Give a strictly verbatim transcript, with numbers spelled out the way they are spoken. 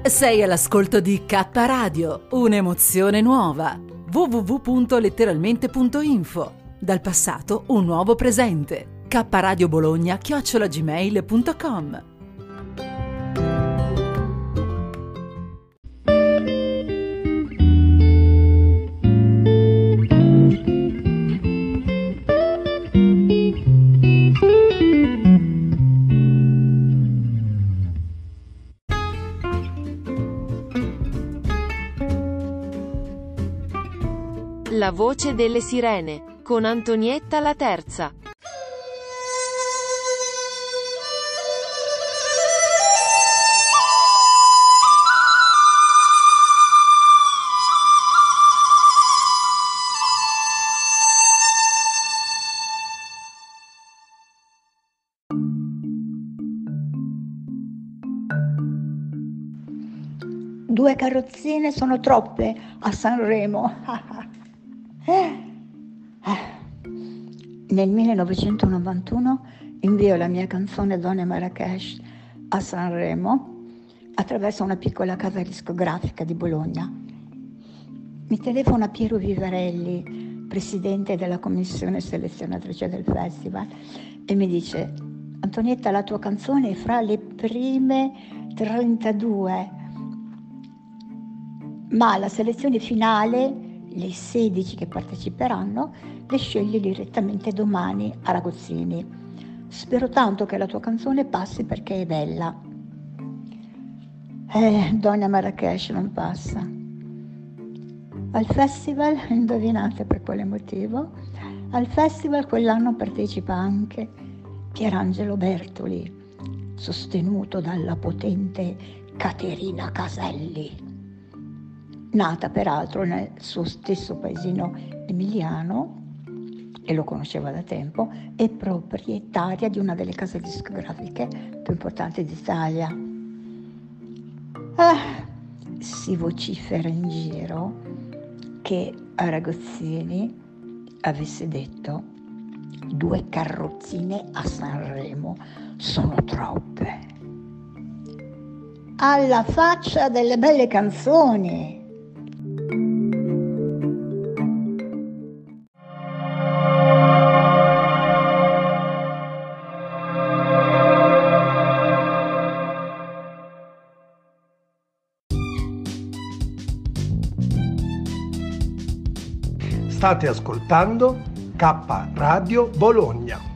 Sei all'ascolto di K Radio, un'emozione nuova. w w w punto letteralmente punto info. Dal passato un nuovo presente. K Radio Bologna chiocciola gmail punto com. La voce delle sirene, con Antonietta la terza. Due carrozzine sono troppe a Sanremo. Nel millenovecentonovantuno invio la mia canzone Donne Marrakesh a Sanremo attraverso una piccola casa discografica di Bologna. Mi telefona Piero Vivarelli, presidente della commissione selezionatrice del festival, e mi dice: Antonietta, la tua canzone è fra le prime trentadue, ma la selezione finale, le sedici che parteciperanno, le scegli direttamente domani a Ragozzini. Spero tanto che la tua canzone passi perché è bella. Eh, Donna Marrakesh non passa. Al festival, indovinate per quale motivo? Al festival quell'anno partecipa anche Pierangelo Bertoli, sostenuto dalla potente Caterina Caselli, nata peraltro nel suo stesso paesino emiliano, e lo conosceva da tempo, è proprietaria di una delle case discografiche più importanti d'Italia. Ah, si vocifera in giro che a Ragozzini avesse detto: due carrozzine a Sanremo sono troppe. Alla faccia delle belle canzoni! State ascoltando K Radio Bologna.